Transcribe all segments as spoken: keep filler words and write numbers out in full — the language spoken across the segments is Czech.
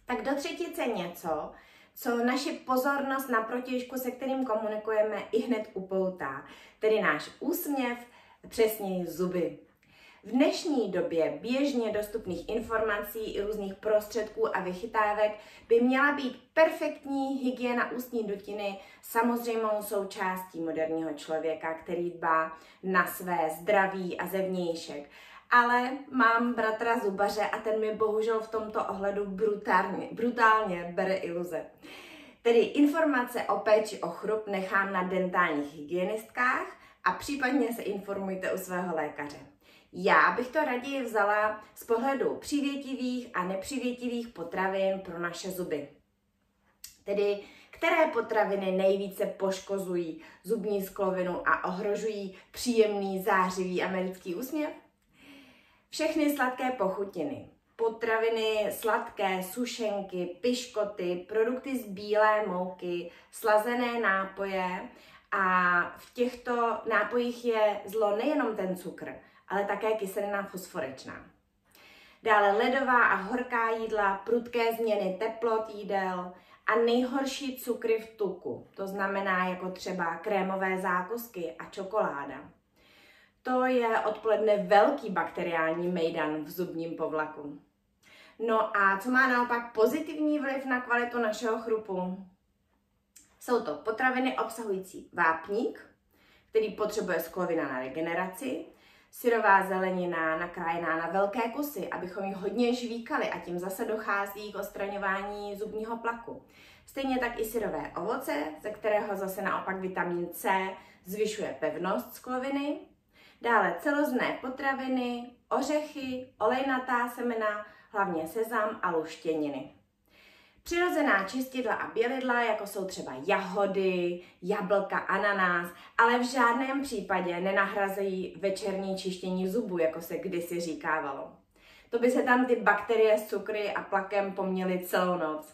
tak do třetice něco, co naši pozornost na protějšku, se kterým komunikujeme, i hned upoutá, tedy náš úsměv, přesněji zuby. V dnešní době běžně dostupných informací i různých prostředků a vychytávek by měla být perfektní hygiena ústní dutiny samozřejmou součástí moderního člověka, který dbá na své zdraví a zevnějšek. Ale mám bratra zubaře a ten mi bohužel v tomto ohledu brutálně, brutálně bere iluze. Tedy informace o péči o chrup nechám na dentálních hygienistkách a případně se informujte u svého lékaře. Já bych to raději vzala z pohledu přívětivých a nepřívětivých potravin pro naše zuby. Tedy, které potraviny nejvíce poškozují zubní sklovinu a ohrožují příjemný zářivý americký úsměv? Všechny sladké pochutiny, potraviny sladké, sušenky, piškoty, produkty z bílé mouky, slazené nápoje a v těchto nápojích je zlo nejenom ten cukr, ale také kyselina fosforečná. Dále ledová a horká jídla, prudké změny teplot jídel a nejhorší cukry v tuku, to znamená jako třeba krémové zákusky a čokoláda. To je odpoledne velký bakteriální mejdan v zubním povlaku. No a co má naopak pozitivní vliv na kvalitu našeho chrupu? Jsou to potraviny obsahující vápník, který potřebuje sklovina na regeneraci, syrová zelenina nakrájená na velké kusy, abychom ji hodně žvíkali a tím zase dochází k odstraňování zubního plaku. Stejně tak i syrové ovoce, ze kterého zase naopak vitamin C zvyšuje pevnost skloviny. Dále celozrnné potraviny, ořechy, olejnatá semena, hlavně sezam a luštěniny. Přirozená čistidla a bělidla, jako jsou třeba jahody, jablka, ananás, ale v žádném případě nenahrazují večerní čištění zubů, jako se kdysi říkávalo. To by se tam ty bakterie s cukry a plakem poměly celou noc.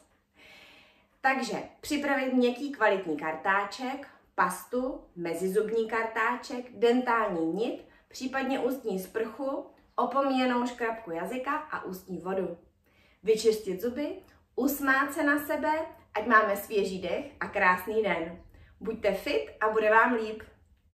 Takže připravit měkký kvalitní kartáček, pastu, mezizubní kartáček, dentální nit, případně ústní sprchu, opomíjenou škrabku jazyka a ústní vodu. Vyčistit zuby, usmát se na sebe, ať máme svěží dech a krásný den. Buďte fit a bude vám líp.